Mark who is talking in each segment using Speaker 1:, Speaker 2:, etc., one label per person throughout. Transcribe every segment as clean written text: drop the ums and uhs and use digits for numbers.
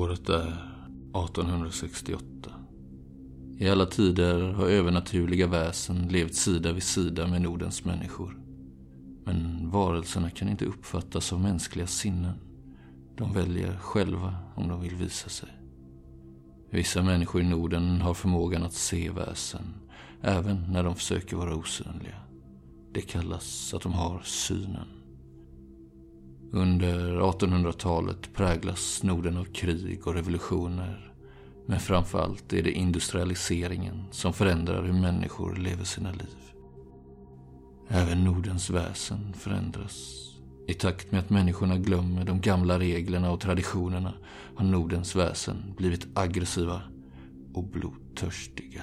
Speaker 1: Året är 1868. I alla tider har övernaturliga väsen levt sida vid sida med Nordens människor. Men varelserna kan inte uppfattas av mänskliga sinnen. De väljer själva om de vill visa sig. Vissa människor i Norden har förmågan att se väsen, även när de försöker vara osynliga. Det kallas att de har synen. Under 1800-talet präglas Norden av krig och revolutioner. Men framförallt är det industrialiseringen som förändrar hur människor lever sina liv. Även Nordens väsen förändras. I takt med att människorna glömmer de gamla reglerna och traditionerna har Nordens väsen blivit aggressiva och blodtörstiga.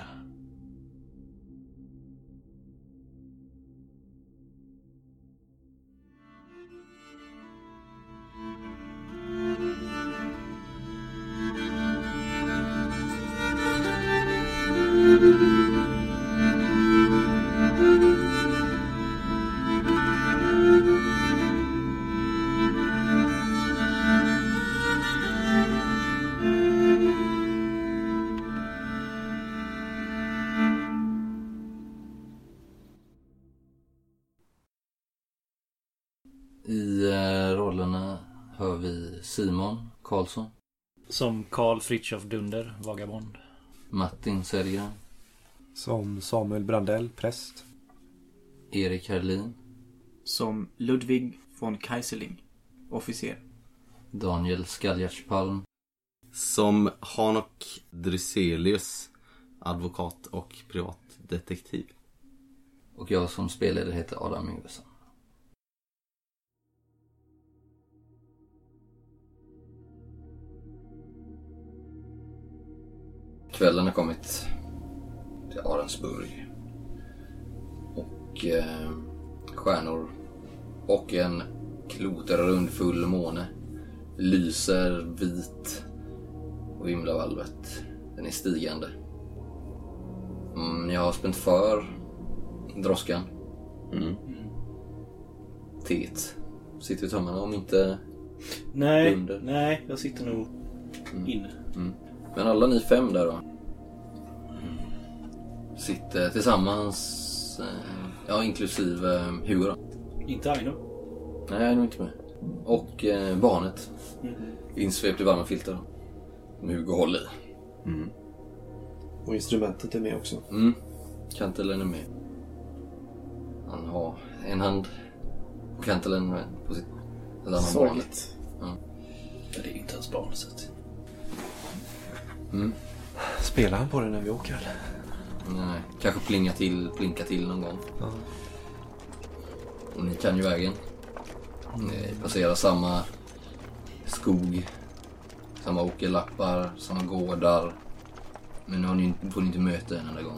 Speaker 1: I rollerna hör vi Simon Karlsson
Speaker 2: som Karl Fritiof Dunder, vagabond.
Speaker 1: Martin Sellgren
Speaker 3: som Samuel Brandell, präst.
Speaker 1: Erik Herlin
Speaker 4: som Ludwig von Kaiserling, officer.
Speaker 1: Daniel Skaljartspalm
Speaker 5: som Hanok Dryselius, advokat och privatdetektiv.
Speaker 1: Och jag som spelare heter Adam Yngvesson. Kvällen har kommit till Arensburg och stjärnor och en klotrund full måne lyser vit och himlavalvet. Den är stigande. Jag har spänt för droskan. Teet. Sitter i tömmarna om inte under.
Speaker 2: Nej, jag sitter nog inne.
Speaker 1: Men alla ni 5 där då sitter tillsammans, inklusive Hugo då.
Speaker 2: Inte Aino.
Speaker 1: Nej, Aino är inte med. Och barnet insvept i varma filtar som Hugo håller i.
Speaker 3: Och instrumentet är med också.
Speaker 1: Kantelen är med. Han har en hand på kantelen på sitt
Speaker 3: sorgligt.
Speaker 2: Ja, det är inte ens barnet.
Speaker 3: Spelar han på det när vi åker eller?
Speaker 1: Nej, kanske plinka till någon gång. Och ni kan ju vägen. Ni passerar samma skog, samma åkerlappar, samma gårdar. Men nu får ni inte möta en enda gång.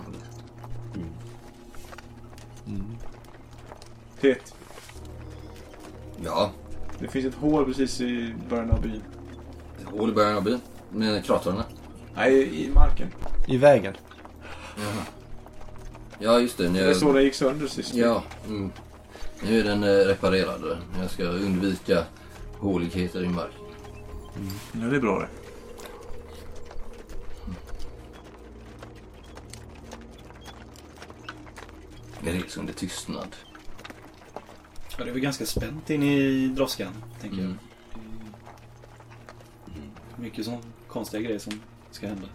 Speaker 6: Pet.
Speaker 1: Ja.
Speaker 6: Det finns ett hål precis i början av byn.
Speaker 1: Ett hål i början av byn? Med kraterna?
Speaker 6: Nej, i marken.
Speaker 3: I vägen.
Speaker 1: Jaha. Ja, just det.
Speaker 6: Det är så det gick sönder sist.
Speaker 1: Ja. Nu är den reparerad. Jag ska undvika håligheter i marken.
Speaker 6: Ja, det är bra det.
Speaker 1: Det är liksom det tystnad.
Speaker 2: Ja, det är väl ganska spänt in i droskan, tänker jag. Mycket sån konstiga grejer som ska hända.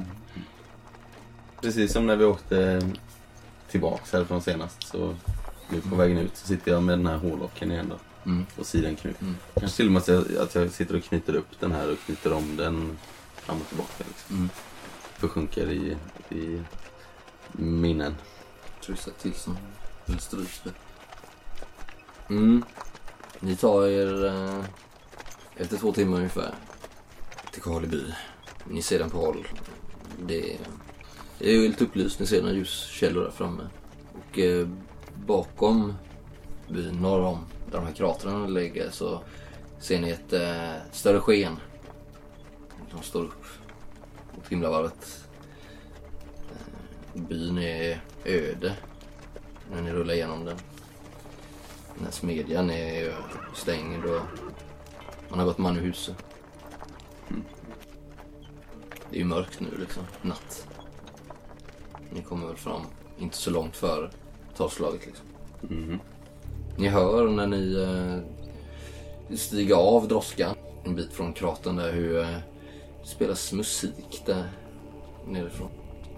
Speaker 5: Precis som när vi åkte tillbaks härifrån senast, så nu på vägen ut så sitter jag med den här hårlocken igen då. Och sidenknut. Kanske till och med att jag sitter och knyter upp den här och knyter om den fram och tillbaka liksom. Försjunker i minnen.
Speaker 1: Trussar till som en strypspe. Ni tar er efter 2 timmar ungefär till Karleby. Ni ser den på håll. Det är ju helt upplyst. Ni ser några ljuskällor där framme. Och bakom byn, norr om där de här kraterna ligger, så ser ni ett större sken. De står upp mot himlavalvet. Byn är öde när ni rullar igenom den. Den här smedjan är stängd och man har gått man ur huset. Det är ju mörkt nu liksom, natt. Ni kommer väl fram, inte så långt före tolvslaget liksom. Ni hör när ni stiger av droskan en bit från kraten där hur det spelas musik där nerifrån.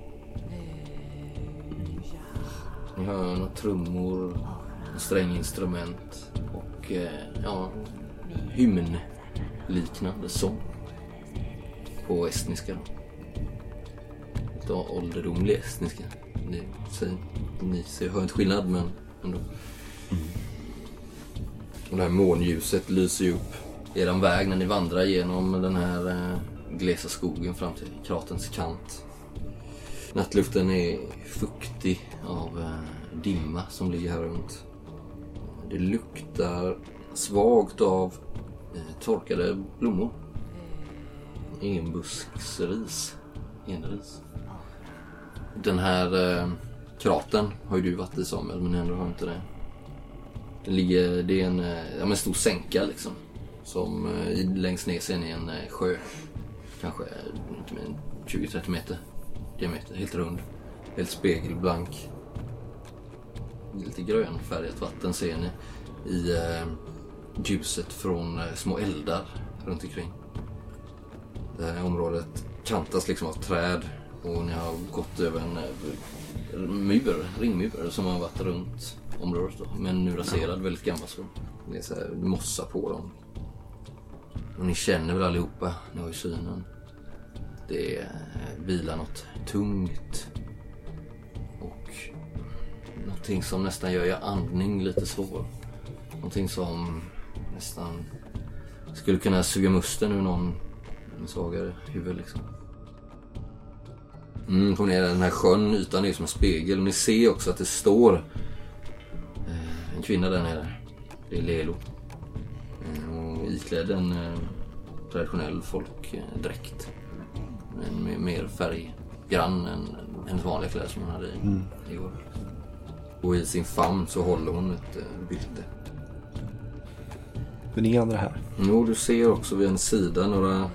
Speaker 1: Ni hör några trummor, stränginstrument och hymnliknande sång på estniska. Lite ålderdomlig estniska. Ni hör inte skillnad, men ändå. Och det här månljuset lyser ju upp eran väg när ni vandrar genom den här glesa skogen fram till kratens kant. Nattluften är fuktig av dimma som ligger här runt. Det luktar svagt av torkade blommor. Enbusksris. Enris. Den här kraten har ju du varit i, Samuel, men ändå har inte det. Det är en stor sänka liksom. Som längst ner ser ni en sjö. Kanske inte mer än 20-30 meter diameter. Helt rund. Helt spegelblank. Lite grönfärgat vatten ser ni i ljuset från små eldar runt omkring. Det här området kantas liksom av träd. Och ni har gått över en ringmur som har varit runt området då. Men nu raserad, väldigt gammal så. Det är så här mossa på dem. Och ni känner väl allihopa, ni har ju synen. Det vilar något tungt. Och någonting som nästan gör er andning lite svår. Någonting som nästan skulle kunna suga musten ur någon svagare huvud liksom. Kom ner den här sjön, ytan är som en spegel. Och ni ser också att det står en kvinna där nere. Det är Lelo. Och iklädd en traditionell folkdräkt. Men mer färggrann än hennes vanliga kläder som hon hade i år. Och i sin famn så håller hon ett bylte.
Speaker 3: Men ni andra här?
Speaker 1: Jo, du ser också vid en sida några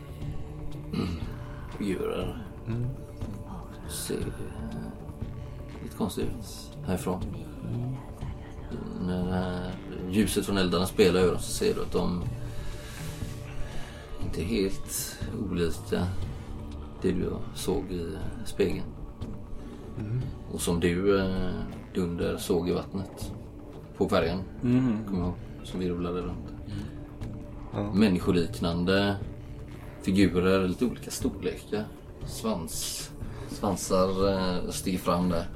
Speaker 1: figurer. Ser lite konstigt ut härifrån. När ljuset från eldarna spelar över dem så ser du att de inte är helt olika det du såg i spegeln. Och som du Dunder såg i vattnet på färjan. Kommer jag ihåg, som vi rullade runt. Människoliknande figurer, lite olika storlekar. Svansar stiger fram där.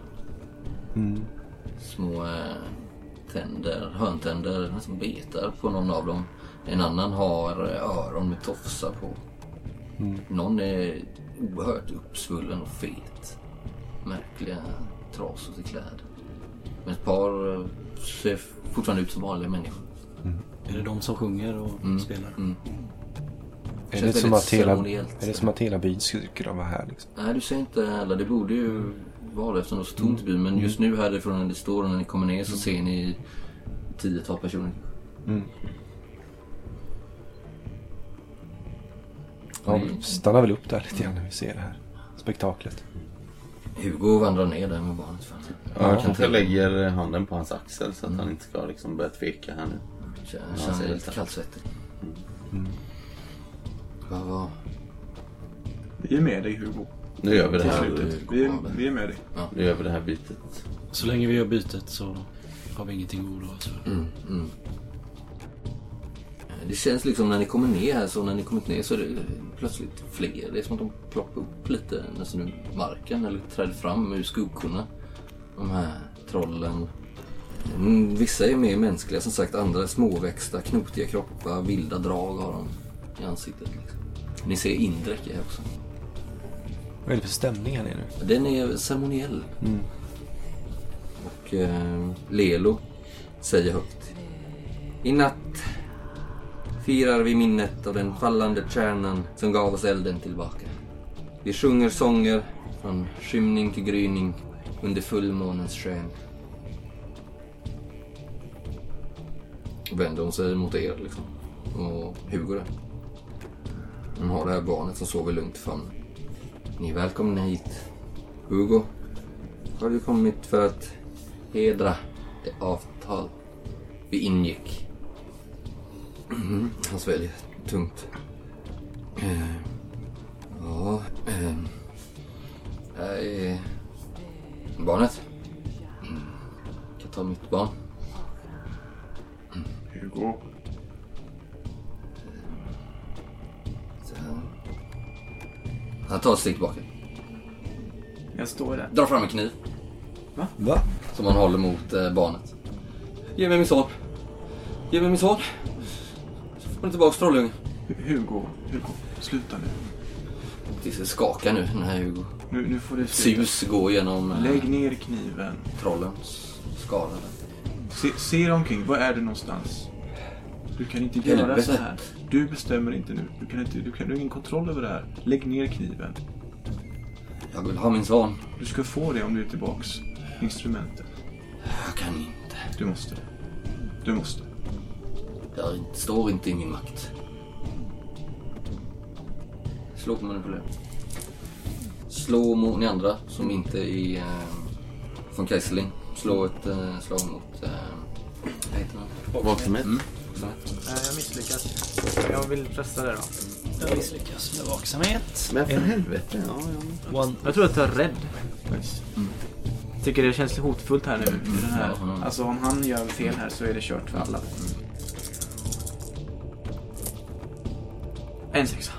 Speaker 1: Små tänder, hörntänder som betar på någon av dem. En annan har öron med tofsar på. Någon är oerhört uppsvullen och fet. Märkliga trasor till kläder. Men ett par ser fortfarande ut som vanliga människor.
Speaker 2: Är det de som sjunger och spelar?
Speaker 3: Är det som att hela byn skulle vara här liksom?
Speaker 1: Nej, du ser inte alla. Det borde ju vara efter något så tomt by. Men just nu härifrån när ni står och när ni kommer ner så ser ni 10-tal personer.
Speaker 3: Ja, vi stannar väl upp där lite grann när vi ser det här spektaklet.
Speaker 1: Hugo vandrar ner där med barnet.
Speaker 5: Jag kanske lägger handen på hans axel så att han inte ska liksom börja tveka här nu.
Speaker 1: Känner sig lite kallsvettig.
Speaker 6: Vi är med dig, Hugo.
Speaker 5: Nu gör vi det här.
Speaker 6: Vi är med dig.
Speaker 1: Ja.
Speaker 5: Nu gör vi det här bytet.
Speaker 2: Så länge vi gör bytet så har vi ingenting att oroa oss för.
Speaker 1: Det känns liksom när ni kommer ner här, så när ni kommit ner så är det plötsligt fler. Det är som att de ploppar upp lite nästan ur marken eller träder fram ur skuggorna. De här trollen. Vissa är mer mänskliga som sagt, andra är småväxta, knotiga kroppar, vilda drag har de i ansiktet. Liksom. Ni ser Indrek här också.
Speaker 3: Vad är det för stämning här nere?
Speaker 1: Den är ceremoniell. Och Lelo säger högt: i natt firar vi minnet av den fallande kärnan som gav oss elden tillbaka. Vi sjunger sånger från skymning till gryning under fullmånens sken. Vänder hon sig mot er liksom. Och Hugo där. Hon har det här barnet som sover lugnt i famn. Ni är välkomna hit. Hugo, har du kommit för att hedra det avtal vi ingick? Han sväljer tungt. Här är barnet. Jag kan ta mitt barn.
Speaker 6: Hugo.
Speaker 1: Han tar ett steg tillbaka.
Speaker 4: Jag står där.
Speaker 1: Drar fram en kniv.
Speaker 3: Va?
Speaker 1: Som han håller mot barnet. Ge mig min son. Ge mig min son. Så får du tillbaka trollungen.
Speaker 6: Hugo, sluta nu.
Speaker 1: Det skakar nu, den här Hugo.
Speaker 6: Nu får du sluta.
Speaker 1: Sus går genom
Speaker 6: Lägg ner kniven.
Speaker 1: trollens skala.
Speaker 6: Se dig omkring, var är du någonstans? Du kan inte göra
Speaker 1: Helvete.
Speaker 6: så här. Du bestämmer inte nu. Du har ingen kontroll över det här. Lägg ner kniven.
Speaker 1: Jag vill ha min son.
Speaker 6: Du ska få det om du är tillbaks. Instrumentet.
Speaker 1: Jag kan inte.
Speaker 6: Du måste. Du måste.
Speaker 1: Jag står inte i min makt. Slå på manipulera. Slå mot ni andra som inte är från Kaiserling. Slå ett slag mot vad heter det?
Speaker 5: Vaksamhet.
Speaker 4: Jag misslyckas. Jag vill pressa det då.
Speaker 2: Jag misslyckas med vaksamhet.
Speaker 5: Men för helvete. Ja.
Speaker 4: Jag tror att jag är rädd. Tycker det känns hotfullt här nu. I den här. Alltså om han gör fel här så är det kört för alla. En 6.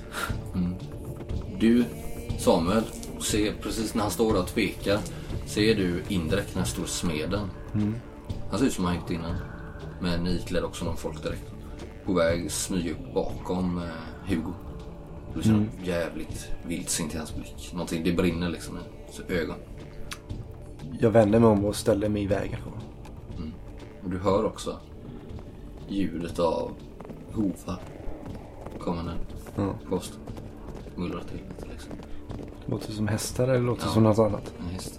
Speaker 1: Du, Samuel, ser precis när han står där och tvekar, ser du indirekt den här stora smeden. Han ser ut som han gjort innan. Men ni klädde också någon folk direkt. På väg smyga upp bakom Hugo. Du ser jävligt vildsint i hans blick. Någonting, det brinner liksom i ögon.
Speaker 3: Jag vänder mig om och ställer mig i vägen.
Speaker 1: Och du hör också ljudet av hovar. Kommer nu. Post. Mullrar till lite liksom.
Speaker 3: Låter som hästar eller låter som något annat?
Speaker 1: En häst.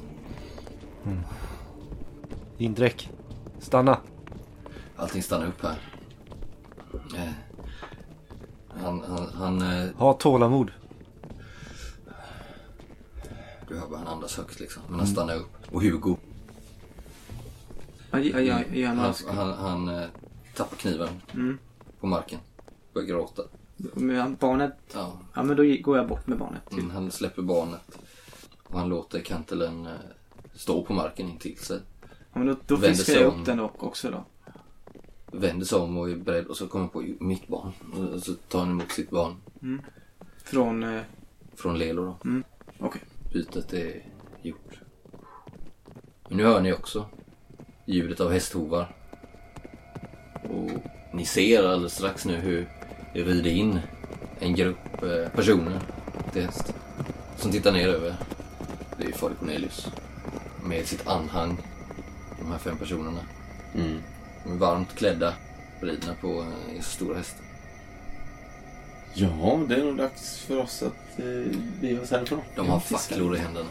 Speaker 3: Indräck. Stanna.
Speaker 1: Allting stannar upp här. Han
Speaker 3: Ha tålamod.
Speaker 1: du hör bara han andas högt liksom. Men han stannar upp. Och Hugo, han tappar kniven på marken. Börjar gråta.
Speaker 4: Med barnet?
Speaker 1: Ja.
Speaker 4: Ja, men då går jag bort med barnet.
Speaker 1: Han släpper barnet. Och han låter kantelen stå på marken intill sig.
Speaker 4: Ja, men då fiskar jag upp den också då.
Speaker 1: Vänder sig om och är beredd. Och så kommer på mitt barn. Och så tar han emot sitt barn. Från Lelo då.
Speaker 4: Okej.
Speaker 1: Bytet är gjort. Men nu hör ni också ljudet av hästhovar. Och ni ser alldeles strax nu hur det rider in en grupp personer till häst. Som tittar ner över. Det är ju Fader Cornelius. Med sitt anhang. De här 5 personerna. De är varmt klädda. Ridna på stora hästar.
Speaker 5: Ja, det är nog dags för oss att bege oss härifrån.
Speaker 1: De har facklor i händerna.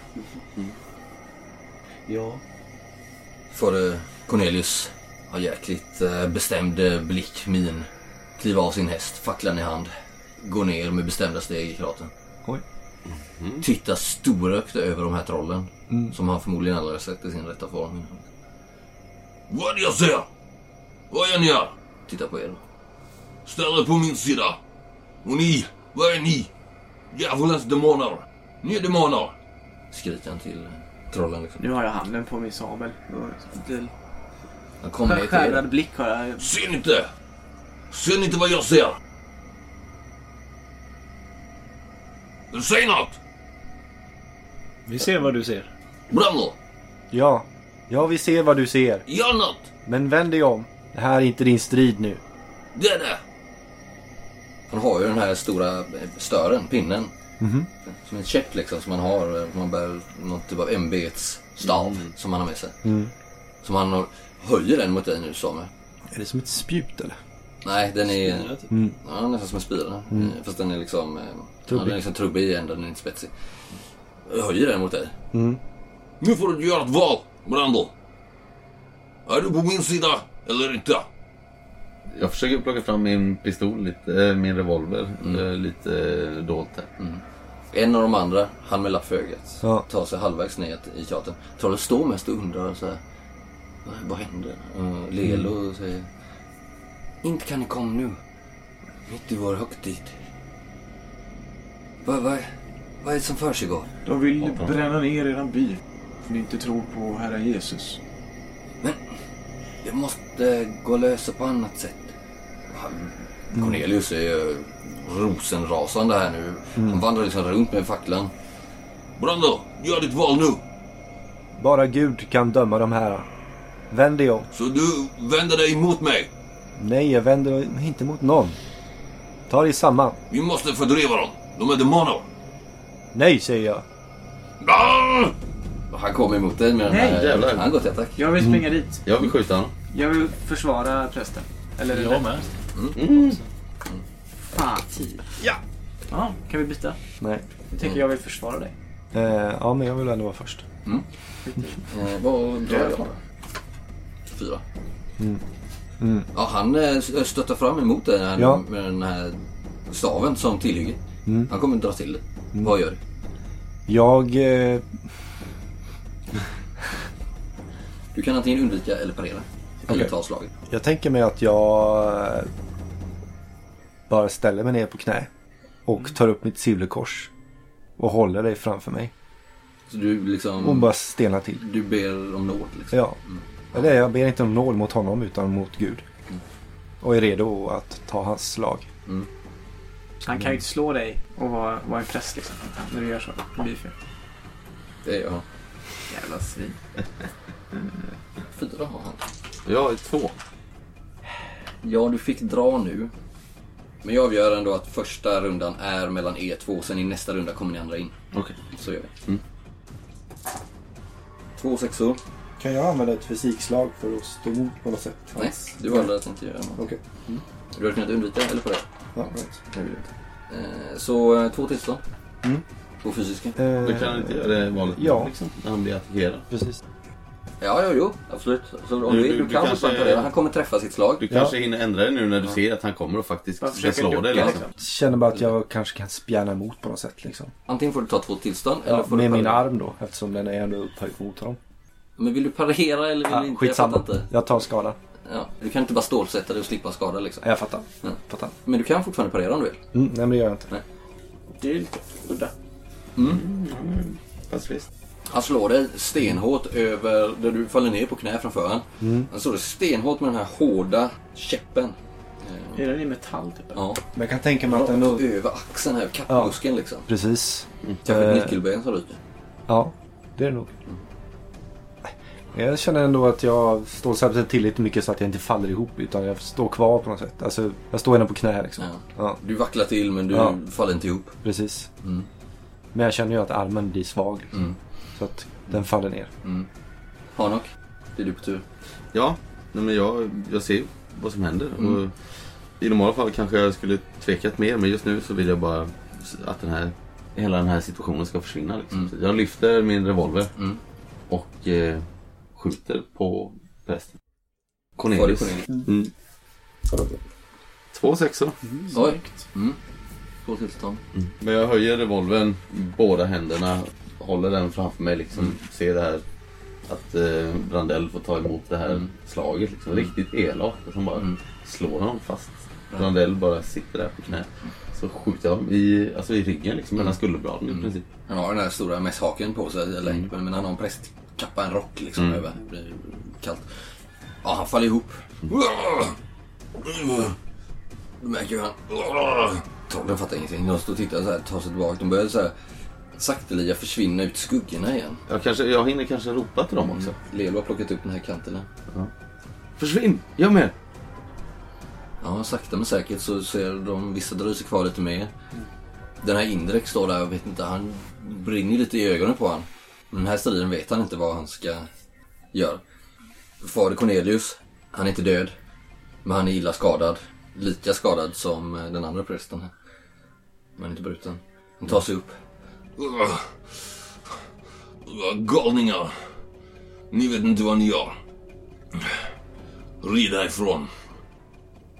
Speaker 5: Ja.
Speaker 1: Fader Cornelius har jäkligt bestämd blick, min. Kliva av sin häst, facklan i hand. Går ner med bestämda steg i kraten.
Speaker 3: Oj.
Speaker 1: Tittar storökt över de här trollen. Som han förmodligen aldrig har sett i sin rätta form. Vad är det jag ser? Vad är ni här? Titta på er. Ställ er på min sida. Och ni, vad är ni? Djävulens demoner. Ni är demoner. Skriker han till trollen liksom.
Speaker 4: Nu har jag handen på min sabel.
Speaker 1: Han kommer ner till
Speaker 4: Skärrad
Speaker 1: er.
Speaker 4: blick har jag.
Speaker 1: Ser ni inte? Ser ni inte vad jag ser? Säg något!
Speaker 2: Vi ser vad du ser.
Speaker 1: Brando,
Speaker 3: Ja. Ja, vi ser vad du ser.
Speaker 1: gör något!
Speaker 3: Men vänd dig om. Det här är inte din strid nu.
Speaker 1: Det är det! Han har ju den här stora stören, pinnen. Som en käpp liksom, som man har. Man bär någon typ av ämbets stav som han har med sig. Som han höjer den mot dig nu, Samuel.
Speaker 3: Är det som ett spjut eller?
Speaker 1: Nej, den är
Speaker 2: Spira, typ.
Speaker 1: ja, nästan som en spira. Fast den är liksom
Speaker 3: Trubbig.
Speaker 1: den är liksom trubbig i änden, den är inte spetsig. Jag höjer den mot dig. Nu får du göra ett val, Brando. Är du på min sida eller inte?
Speaker 5: Jag försöker plocka fram min pistol, min revolver, lite dolt här.
Speaker 1: En av de andra, han med lapp för ögat, tar sig halvvägs ner i teatern. Trollet står mest och undrar så här, vad händer? Lelo säger, inte kan ni komma nu. Mitt i vår högtid. Vad är det som för sig går?
Speaker 6: De vill bränna ner eran by. För ni inte tror på Herren Jesus.
Speaker 1: Men jag måste gå och lösa på annat sätt. Cornelius är ju rosenrasande här nu. Han vandrar liksom runt med facklan. Brando, gör ditt val nu.
Speaker 3: Bara Gud kan döma de här. Vänd dig om.
Speaker 1: Så du vänder dig emot mig?
Speaker 3: Nej, jag vänder inte mot någon. Ta dig samman.
Speaker 1: Vi måste fördriva dem. De är demoner.
Speaker 3: Nej, säger jag.
Speaker 1: Han kommer emot dig med den här.
Speaker 5: Jävlar.
Speaker 1: Han går till attack.
Speaker 4: Jag vill springa dit.
Speaker 5: Jag vill skjuta honom.
Speaker 4: Jag vill försvara prästen. Eller
Speaker 2: Jag med.
Speaker 4: Fan, 10. Ja, kan vi byta?
Speaker 3: Nej.
Speaker 4: Jag tänker jag vill försvara dig.
Speaker 3: Ja, men jag vill ändå vara först.
Speaker 1: Vad drar jag? 4. Ja, han stöttar fram emot det här med den här staven som tillhygge. Han kommer dra till det. Vad gör du? Du kan antingen undvika eller parera. Eller ta slaget.
Speaker 3: Jag tänker mig att jag bara ställer mig ner på knä och tar upp mitt silverkors och håller dig framför mig.
Speaker 1: Så du liksom...
Speaker 3: Och bara stelnar till.
Speaker 1: Du ber om nåd liksom.
Speaker 3: Ja. Eller jag ber inte om nåd mot honom utan mot Gud. Och är redo att ta hans slag.
Speaker 4: Han kan ju inte slå dig och vara en präst liksom. När du gör så. Det blir fel.
Speaker 1: Det är jag.
Speaker 4: Jävla svin.
Speaker 1: 4 har han.
Speaker 5: Jag är 2.
Speaker 1: Ja, du fick dra nu. Men jag avgör ändå att första rundan är mellan E2. Sen i nästa runda kommer ni andra in.
Speaker 5: Okej.
Speaker 1: Så gör vi. 2 6-or.
Speaker 3: Kan jag använda ett fysikslag för att stå emot på något sätt?
Speaker 1: Nej, du valde att inte göra något.
Speaker 3: Okej.
Speaker 1: Du har kunnat undvika eller på det?
Speaker 3: Ja, right.
Speaker 1: Jag vill inte. Så 2 tillstånd. 2 fysiska.
Speaker 5: Du kan inte göra det valet liksom, när han blir attackerad.
Speaker 3: Precis.
Speaker 1: Ja, absolut. Så om du kan kanske, han kommer träffa sitt slag.
Speaker 5: Du kanske hinner ändra det nu när du ser att han kommer och faktiskt slå dig liksom.
Speaker 3: Känner bara att jag kanske kan spjärna emot på något sätt liksom.
Speaker 1: Antingen får du ta 2 tillstånd eller får
Speaker 3: med
Speaker 1: du
Speaker 3: min arm då, eftersom den är ändå upphöjd mot honom.
Speaker 1: Men vill du parera eller vill du inte?
Speaker 3: Skitsamma. Jag tar skada.
Speaker 1: Ja, du kan inte bara stålsätta dig och slippa skada liksom.
Speaker 3: Jag fattar.
Speaker 1: Men du kan fortfarande parera om du vill.
Speaker 3: Nej, men det gör jag inte.
Speaker 1: Nej.
Speaker 4: Det är lite udda.
Speaker 5: Fast visst.
Speaker 1: Han slår dig stenhårt över där du faller ner på knä framför han. Han slår dig stenhårt med den här hårda käppen.
Speaker 4: Är den i metall typ?
Speaker 1: Ja.
Speaker 3: Men jag kan tänka mig att den då...
Speaker 1: över axeln här, kappmuskeln liksom.
Speaker 3: Precis.
Speaker 1: Kanske ett nyckelben så ute.
Speaker 3: Ja, det är det nog. Jag känner ändå att jag står så tillräckligt mycket så att jag inte faller ihop utan jag står kvar på något sätt. Alltså, jag står ändå på knä liksom.
Speaker 1: Ja. Du vacklar till men du faller inte ihop.
Speaker 3: Precis. Men jag känner ju att armen blir svag. Liksom. Så att den faller ner.
Speaker 1: Hanok, det är du på tur.
Speaker 5: Ja, men jag ser vad som händer. Och i normala fall kanske jag skulle tvekat mer, men just nu så vill jag bara att hela den här situationen ska försvinna. Liksom. Så jag lyfter min revolver och skjuter på prästen. Cornelius. 2 6.
Speaker 1: Oj. 2 tillstånd.
Speaker 5: Men jag höjer revolvern, båda händerna, håller den framför mig liksom, ser det här att Brandell får ta emot det här slaget liksom, riktigt elakt och som bara slår honom fast. Brandell bara sitter där på knä. Så skjuter jag honom i ryggen liksom, mellan skulderbladen i princip.
Speaker 1: Han har den här stora mässhaken på sig, men han har en prästkappa, en rock liksom över. Det blir kallt. Ja, han faller ihop. Du märker ju han. Trollen fattar ingenting. De står och tittar så här, tar sig tillbaka. De börjar så här sakteliga försvinna ut skuggorna igen.
Speaker 5: Jag hinner kanske ropa till dem också.
Speaker 1: Lelo har plockat upp den här kanten.
Speaker 5: Ja. Försvinn! Jag med!
Speaker 1: Ja, sakta men säkert så ser de vissa drar sig kvar lite mer. Den här Indrek står där och vet inte, han brinner lite i ögonen på han. Men den här striden vet han inte vad han ska göra. Fader Cornelius, han är inte död. Men han är illa skadad. Lika skadad som den andra prästen här. Men inte bruten. Han tar sig upp. Galningar. Ni vet inte vad ni gör. Rid härifrån.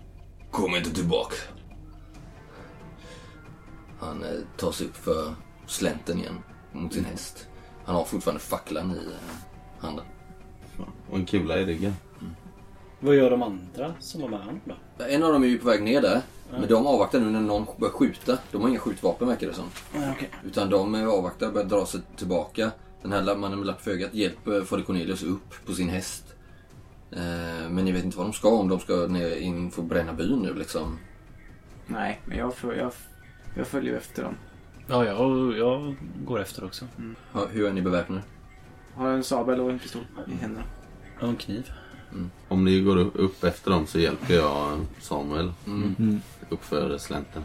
Speaker 1: Kom inte tillbaka. Han tar sig upp för slänten igen mot sin häst. Han har fortfarande facklan i handen.
Speaker 5: Och en kula i ryggen.
Speaker 2: Vad gör de andra som var med han då?
Speaker 1: En av dem är ju på väg ner där. Men de avvaktar nu när någon börjar skjuta. De har inga skjutvapen verkar det som.
Speaker 2: Okay.
Speaker 1: Utan de avvaktar och börjar dra sig tillbaka. Den här mannen med lapp för ögat hjälper Fader Cornelius upp på sin häst. Men ni vet inte vad de ska. Om de ska ner in för att bränna byn nu liksom.
Speaker 4: Nej, men jag följer efter dem.
Speaker 2: Ja, jag går efter också.
Speaker 1: Hur är ni beväpnade?
Speaker 4: Har en sabel och en pistol i händerna.
Speaker 2: Och en kniv.
Speaker 5: Om ni går upp efter dem så hjälper jag Samuel upp för slänten.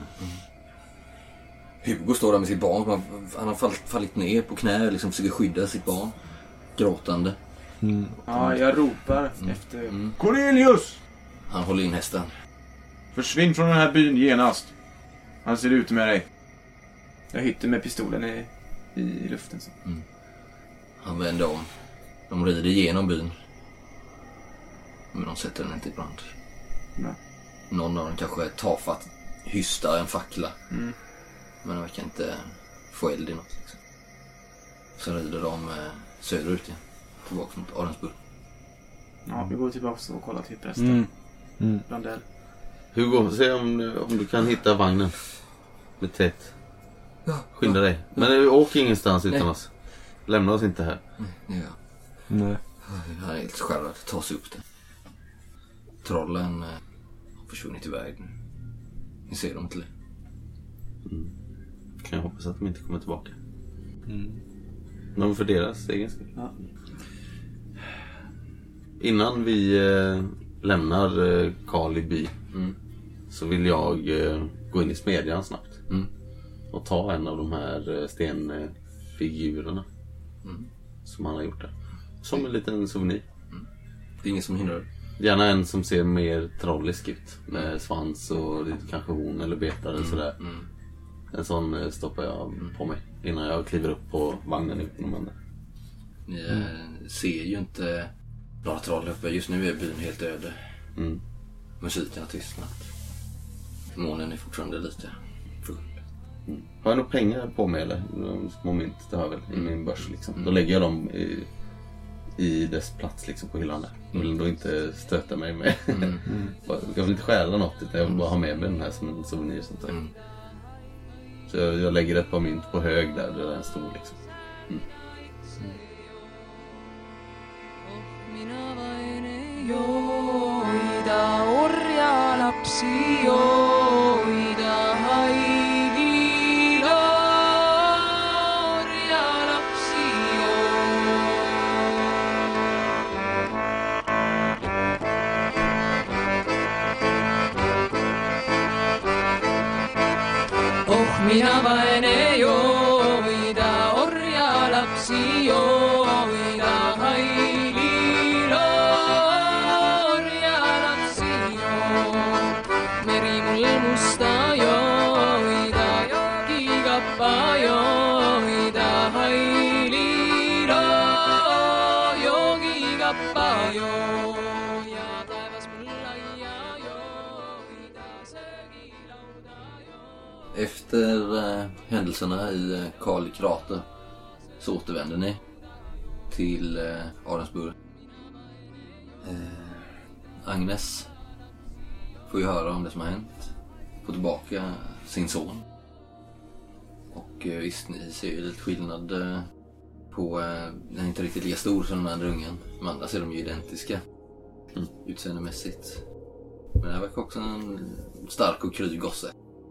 Speaker 1: Hugo står där med sitt barn. Han har fallit ner på knä och liksom försöker skydda sitt barn. Gråtande.
Speaker 4: Ja, jag ropar efter...
Speaker 6: Cornelius!
Speaker 1: Han håller in hästen.
Speaker 6: Försvinn från den här byn genast. Han ser ut med dig.
Speaker 4: Jag hytter med pistolen i luften. Så.
Speaker 1: Han vänder om. De rider igenom byn. Men de sätter den inte i brand.
Speaker 4: Nej.
Speaker 1: Någon av dem kanske tafatt hystar en fackla. Men de verkar inte få eld i något. Liksom. Så rider de söderut igen. Tillbaka mot Arensburg.
Speaker 4: Ja, vi går tillbaka och kollar till prästen. Brandell.
Speaker 5: Hugo, se om du kan hitta vagnen. Med tätt. Skynda dig. Men åk ingenstans utan oss. Lämna oss inte här.
Speaker 1: Ja.
Speaker 3: Nej.
Speaker 1: Han är helt skärrad. Ta sig upp det. Trollen har försvunnit iväg nu. Ni ser dem inte längre.
Speaker 5: Kan jag hoppas att de inte kommer tillbaka. De för deras egen skull.
Speaker 4: Ja.
Speaker 5: Innan vi lämnar Kali by så vill jag gå in i smedjan snabbt. Och ta en av de här stenfigurerna som han har gjort där. Som en liten souvenir.
Speaker 1: Det är ingen som hindrar.
Speaker 5: Gärna en som ser mer trollisk ut. Med svans och lite kanske horn eller betar eller sådär. En sån stoppar jag på mig innan jag kliver upp på vagnen ut med de andra.
Speaker 1: Ni ser ju inte några troll uppe. Just nu är byn helt öde. Musiken har tystnat. Månen är fortfarande lite full.
Speaker 5: Har jag några pengar på mig eller? Några små mynt, det har jag väl i min börs liksom. Då lägger jag dem i dess plats liksom på hyllan där. Jag vill då inte stöta mig med. Jag vill inte stjäla något utan jag vill bara ha med mig den här som en souvenir. Sånt där. Så jag lägger ett par mynt på hög där den står liksom.
Speaker 7: Minä vain ei joida orja lapsi joida haivila orja lapsi minä vain ei joida orja lapsi joida haivila orja lapsi meri mulle musta joida joki kappa joida haivila joki kappa ja taivas mulla ja joida sökilauta
Speaker 1: Efter händelserna i Kali krater så återvänder ni till Arensburg. Agnes får ju höra om det som har hänt. Får tillbaka sin son. Och visst, ni ser ju lite skillnad på... Den är inte riktigt lika stor som den andra ungen. Men andra ser de ju identiska utseendemässigt. Men det här verkar också en stark och kry gosse.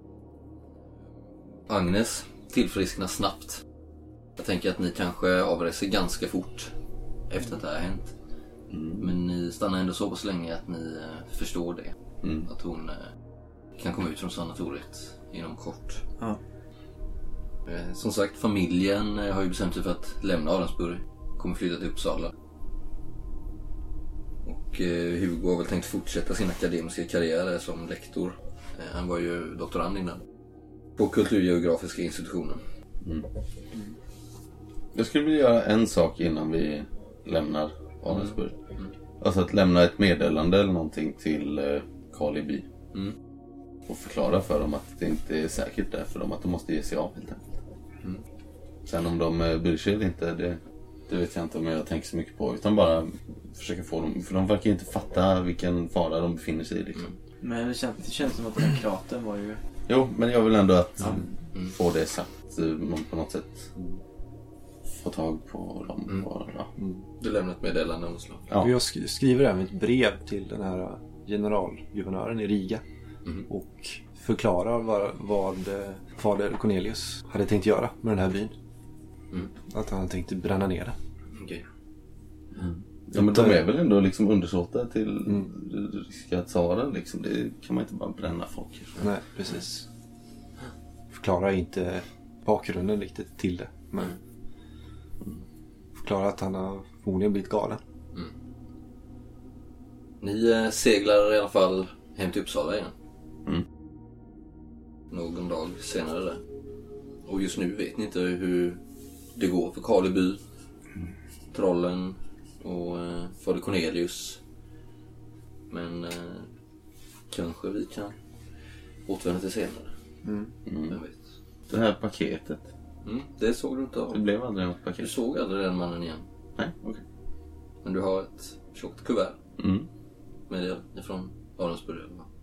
Speaker 1: Agnes tillfrisknar snabbt. Jag tänker att ni kanske avreser ganska fort efter att det här har hänt. Men ni stannar ändå så pass länge att ni förstår det. Att hon kan komma ut från sanatoriet inom kort.
Speaker 4: Ja.
Speaker 1: Som sagt, familjen har ju bestämt sig för att lämna Arensburg. Kommer flytta till Uppsala. Och Hugo har väl tänkt fortsätta sin akademiska karriär som lektor. Han var ju doktorand innan. På kulturgeografiska institutionen.
Speaker 5: Jag skulle vilja göra en sak innan vi lämnar Arensburg. Alltså att lämna ett meddelande eller någonting till Kali by. Och förklara för dem att det inte är säkert där för dem, att de måste ge sig av helt enkelt. Sen om de bryr sig eller inte, det vet jag inte om jag tänker så mycket på. Utan bara försöka få dem, för de verkar inte fatta vilken fara de befinner sig i liksom.
Speaker 4: Men det känns som att den här kraten var ju...
Speaker 5: Jo, men jag vill ändå att få det sagt på något sätt. Få tag på dem.
Speaker 1: Du lämnar ett meddelande om slag.
Speaker 5: Ja.
Speaker 3: Jag skriver även ett brev till den här generalguvernören i Riga. Och förklarar vad fader Cornelius hade tänkt göra med den här byn. Att han tänkte bränna ner den.
Speaker 1: Okej.
Speaker 5: Ja, men de är väl ändå liksom undersåtade till ryska tsaren liksom. Det kan man inte bara bränna folk.
Speaker 3: Nej, precis. Förklarar inte bakgrunden riktigt till det. Men förklarar att han har förmodligen blivit galen.
Speaker 1: Ni seglar i alla fall hem till Uppsala igen. Någon dag senare där. Och just nu vet ni inte hur det går för Karleby, trollen och fader Cornelius. Men kanske vi kan återvända till senare. Vem vet.
Speaker 5: Det här paketet.
Speaker 1: Det såg du inte av.
Speaker 5: Det blev aldrig något paket.
Speaker 1: Du såg aldrig den mannen igen.
Speaker 5: Nej, okej.
Speaker 1: Men du har ett tjockt kuvert med det från Arensburg.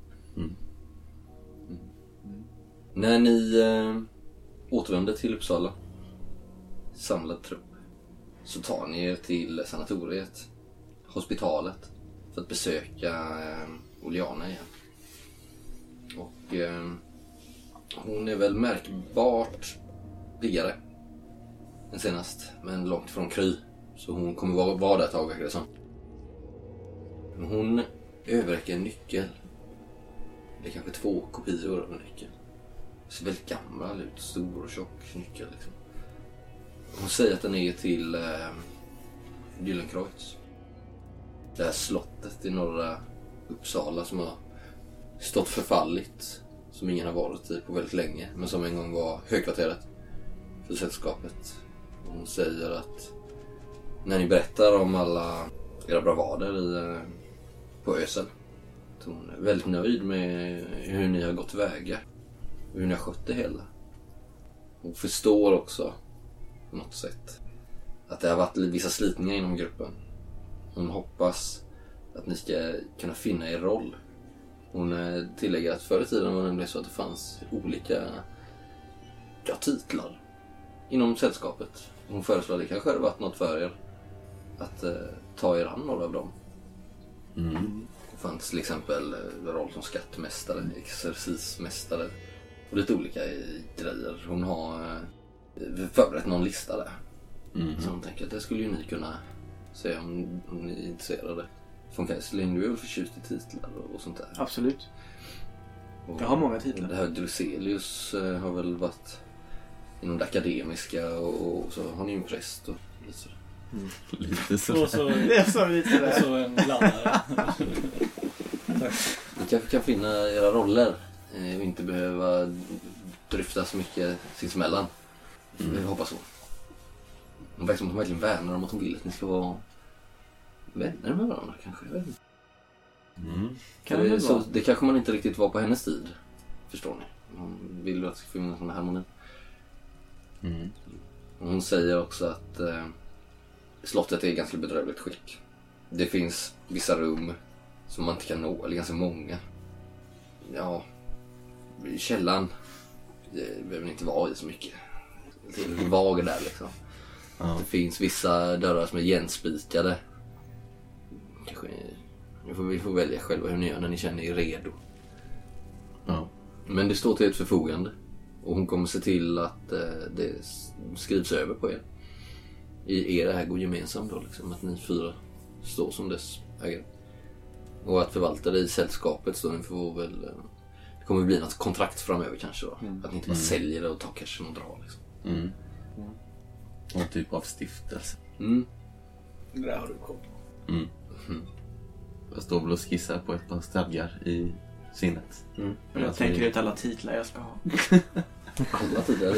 Speaker 1: När ni återvänder till Uppsala, samlad trupp, så tar ni er till sanatoriet, hospitalet, för att besöka Oliana igen. Och hon är väl märkbart piggare än senast, men långt från kry. Så hon kommer vara där ett tag, verkar det som. Men hon överräcker en nyckel. Det är kanske 2 kopior av en nyckel. Ser väldigt gammal ut, stor och tjock nyckel liksom. Hon säger att den är till Gyllenkreuz. Det här slottet i norra Uppsala som har stått förfallit, som ingen har varit i på väldigt länge, men som en gång var högkvarteret för sällskapet. Hon säger att när ni berättar om alla era bravader på Ösel, att hon är väldigt nöjd med hur ni har gått väga och hur ni har skött det hela. Hon förstår också på något sätt att det har varit vissa slitningar inom gruppen. Hon hoppas att ni ska kunna finna er roll. Hon tillägger att förr i tiden var det nämligen så att det fanns olika titlar inom sällskapet. Hon föreslår att det kanske hade varit något för er att ta er an några av dem. Det fanns till exempel roll som skattmästare, exercismästare och lite olika grejer. Hon har förberett någon lista där. Så hon tänker att det skulle ju ni kunna säga om ni är intresserade. Von Kessling, du är väl förtjust i titlar och sånt där?
Speaker 4: Absolut.
Speaker 1: Och
Speaker 4: jag har många titlar.
Speaker 1: Det här Druselius har väl varit inom det akademiska och så har ni ju en präst och lite sådär.
Speaker 5: Lite så.
Speaker 2: Så
Speaker 4: Det är så lite där.
Speaker 2: så en blandare.
Speaker 1: Ni kanske kan finna era roller och inte behöva dryfta så mycket sinsemellan. Jag hoppas så. Hon verkar som att hon verkligen värnar om att hon vill att ni ska vara vänner med varandra kanske. Jag vet inte.
Speaker 4: Kan det
Speaker 1: så
Speaker 4: vara?
Speaker 1: det kanske man inte riktigt var på hennes tid. Förstår ni? Hon vill ju att det ska finnas en harmoni. Och hon säger också att slottet är i ganska bedrövligt skick. Det finns vissa rum som man inte kan nå, eller ganska många. Ja, källan behöver inte vara i så mycket. Det är lite vag där liksom. Det finns vissa dörrar som är igenspikade. Kanske vi får välja själva hur ni gör när ni känner er redo. Men det står till ert förfogande. Och hon kommer se till att det skrivs över på er. I er här går gemensamt då liksom, att ni 4 står som dess ägare. Och att förvalta det i sällskapet så ni får väl... Det kommer bli något kontrakt framöver kanske då. Att ni inte bara säljer det och tar cashen och drar liksom.
Speaker 5: Någon typ av stiftelse.
Speaker 2: Det där har du koll på.
Speaker 5: Jag står väl och skissar på ett par stadgar i sinnet.
Speaker 4: Jag tänker ut alla titlar jag ska ha.
Speaker 1: Alla tidigare.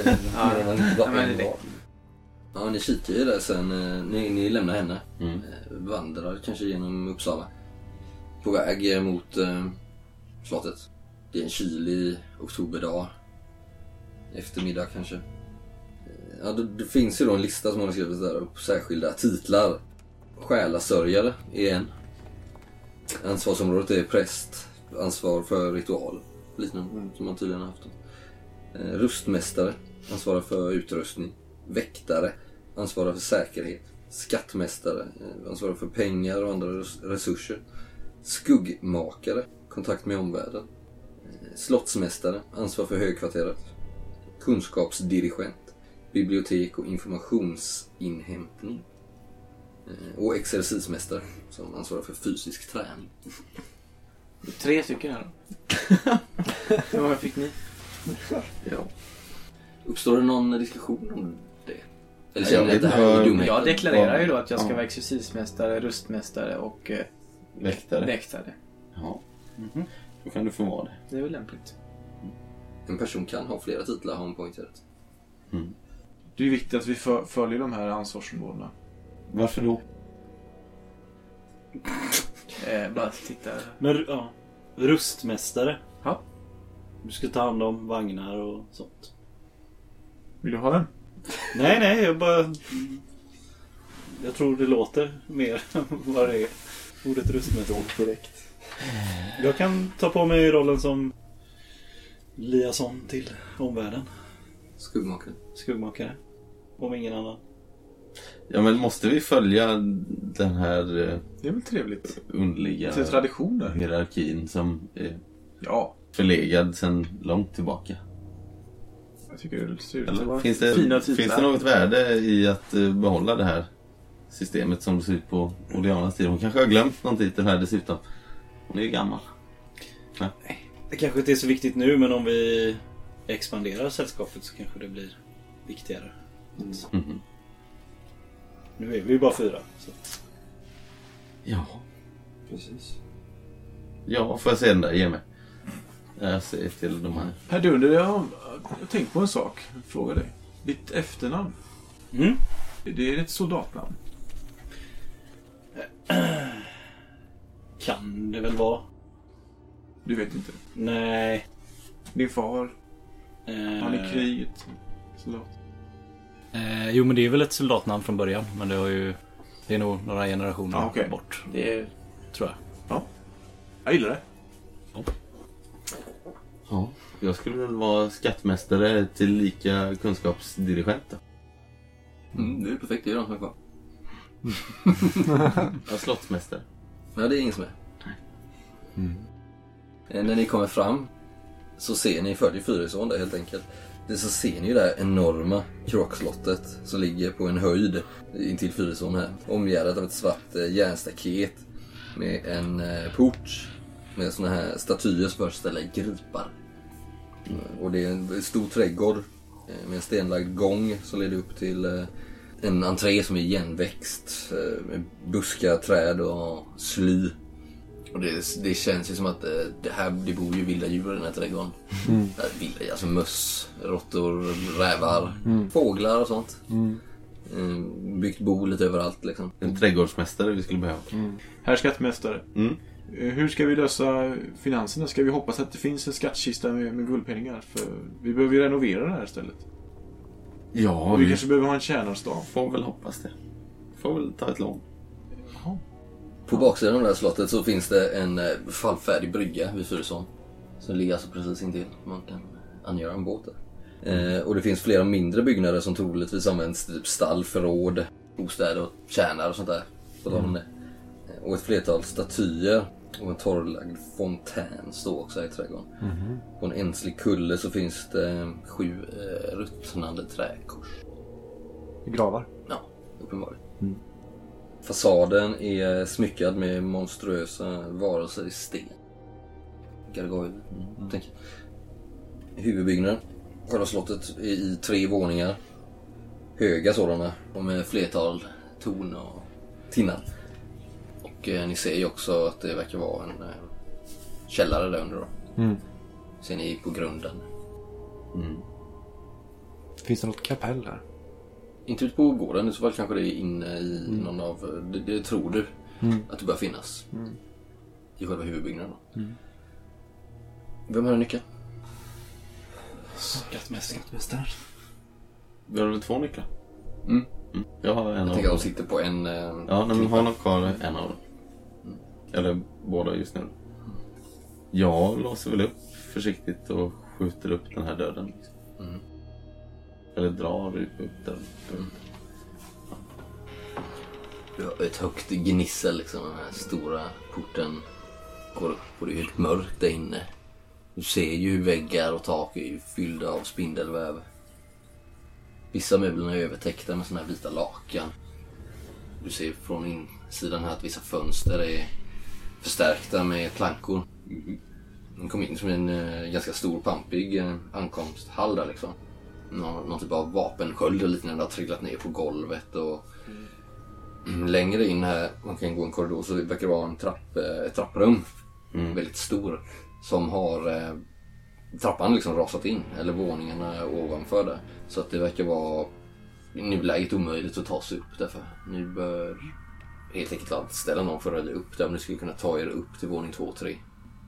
Speaker 1: Ja, ni kikar ju där sen. Ni lämnar henne. Vandrar kanske genom Uppsala. På väg mot slottet. Det är en kylig oktoberdag. Eftermiddag kanske. Ja, det finns ju då en lista som har skrivit där upp. Särskilda titlar. Själasörjare är en. Ansvarsområdet är präst. Ansvar för ritual. Liknande som man tydligen har haft. Rustmästare. Ansvarar för utrustning. Väktare. Ansvarar för säkerhet. Skattmästare. Ansvarar för pengar och andra resurser. Skuggmakare. Kontakt med omvärlden. Slottsmästare. Ansvar för högkvarteret. Kunskapsdirigent. Bibliotek och informationsinhämtning. Och exercismästare som ansvarar för fysisk träning.
Speaker 4: 3 stycken här då. Hur många fick ni?
Speaker 1: Ja. Uppstår det någon diskussion om det? Eller känner ni att det här är dumhet?
Speaker 4: Jag deklarerar ju då att jag ska vara exercismästare, rustmästare och väktare.
Speaker 5: Ja. Då kan du få vara det.
Speaker 4: Det är väl lämpligt.
Speaker 1: En person kan ha flera titlar, har en poängterat.
Speaker 6: Det är viktigt att vi följer de här ansvarsområdena.
Speaker 5: Varför då?
Speaker 4: Bara titta.
Speaker 2: Men ja, rustmästare.
Speaker 4: Ja.
Speaker 2: Du ska ta hand om vagnar och sånt.
Speaker 6: Vill du ha den?
Speaker 2: Nej, jag tror det låter mer vad det är. Ordet rustmästare.
Speaker 3: Direkt.
Speaker 2: Jag kan ta på mig rollen som liaison till omvärlden. Skuggmakare. Om ingen annan.
Speaker 5: Ja, men måste vi följa den här
Speaker 6: Det är väl trevligt.
Speaker 5: underliga
Speaker 6: Till traditioner.
Speaker 5: hierarkin som är
Speaker 6: Ja,
Speaker 5: förlegad sedan långt tillbaka?
Speaker 6: jag tycker det ser ut
Speaker 5: Eller
Speaker 6: att vara
Speaker 5: finns
Speaker 6: fina
Speaker 5: det,
Speaker 6: titlar.
Speaker 5: finns det något värde i att behålla det här systemet som det ser ut på Oleanas tid? Hon kanske har glömt någon titel här dessutom. Hon är ju gammal.
Speaker 2: Det kanske inte är så viktigt nu, men om vi expanderar sällskapet så kanske det blir viktigare.
Speaker 5: Mhm.
Speaker 2: Nu är vi ju bara 4. Så.
Speaker 5: Ja.
Speaker 3: Precis.
Speaker 5: Ja, får jag se den där? Ge mig. Jag ser till de här.
Speaker 6: Herr Dunder, jag har tänkt på en sak. Fråga dig. Ditt efternamn.
Speaker 2: Mm.
Speaker 6: Det är ett soldatnamn.
Speaker 2: Kan det väl vara?
Speaker 6: Du vet inte.
Speaker 2: Nej.
Speaker 6: Din far. Han är i kriget. Soldat.
Speaker 8: Jo, men det är väl ett soldatnamn från början. Men det är nog några generationer bort.
Speaker 4: Det är...
Speaker 8: Tror jag.
Speaker 6: Ja. Jag gillar det.
Speaker 5: Ja, jag skulle väl vara skattmästare till lika kunskapsdirigent då.
Speaker 1: Det är perfekt, det är de som är kvar.
Speaker 5: Ja, slottsmästare.
Speaker 1: Nej, det är ingen som är. När ni kommer fram så ser ni, följer Fyrisån där helt enkelt. Så ser ni ju det här enorma kråkslottet som ligger på en höjd intill Fyrisån här. Omgärdat av ett svart järnstaket med en port med såna här statyer som föreställer gripar. Och det är en stor trädgård med en stenlagd gång som leder upp till en entré som är igenväxt med buskar, träd och sly. Och det känns ju som att det bor ju vilda djur i den här trädgården. Vilda, alltså möss, råttor, rävar, fåglar och sånt. Byggt bo lite överallt liksom.
Speaker 5: En trädgårdsmästare vi skulle behöva.
Speaker 6: Herr skattmästare. Hur ska vi lösa finanserna? Ska vi hoppas att det finns en skattkista med guldpengar? För vi behöver ju renovera det här stället.
Speaker 5: Ja,
Speaker 6: Och vi kanske behöver ha en tjänarstav.
Speaker 5: får väl hoppas det. Får väl ta ett lån.
Speaker 1: På baksidan av det här slottet så finns det en fallfärdig brygga vid Fyrisån. Som ligger alltså precis intill. Man kan angöra en båt där. Och det finns flera mindre byggnader som troligtvis används, typ stall, förråd, bostäder och tjänar och sånt där. Och ett flertal statyer och en torrlagd fontän står också här i trädgården. På en enslig kulle så finns det 7 ruttnande träkors.
Speaker 3: Gravar.
Speaker 1: Ja, uppenbarligen. Fasaden är smyckad med monstruösa varelser i sten. Gargoyler, tänker jag. Huvudbyggnaden, själva slottet, är i 3 våningar. Höga sådana, och med flertal torn och tinnar. Och ni ser ju också att det verkar vara en källare där under då. Ser ni på grunden.
Speaker 3: Finns det något kapell där?
Speaker 1: Inte ut på gården, i så fall kanske det är inne i någon av... Det tror du att det bör finnas. I själva huvudbyggnaden. Vem har nyckeln?
Speaker 2: Skattmästaren.
Speaker 5: Vi har väl 2 nycklar? Jag har en
Speaker 9: Jag
Speaker 5: av
Speaker 9: tänker
Speaker 5: dem.
Speaker 9: att de sitter på en...
Speaker 5: Ja, men har nog kvar en av dem. Eller båda just nu. Jag låser väl upp försiktigt och skjuter upp den här dörren. Liksom. Eller drar upp dörren.
Speaker 9: Du har ett högt gnissel liksom. Den här stora porten går upp och det är helt mörkt där inne. Du ser ju hur väggar och tak är fyllda av spindelväv. Vissa möblerna är övertäckta med såna här vita lakan. Du ser från insidan här att vissa fönster är förstärkta med plankor. Den kom in som en ganska stor, pampig ankomsthall där liksom. Någon typ av vapensköld eller liknande har trillat ner på golvet. Och längre in här, man kan gå en korridor, så verkar det vara ett trapprum. Väldigt stor. Som har trappan liksom rasat in. Eller våningarna ovanför där. Så att det verkar vara i nuläget omöjligt att ta sig upp därför. Ni bör helt enkelt anställa någon för att röja upp där. Men ni skulle kunna ta er upp till våning 2 och 3.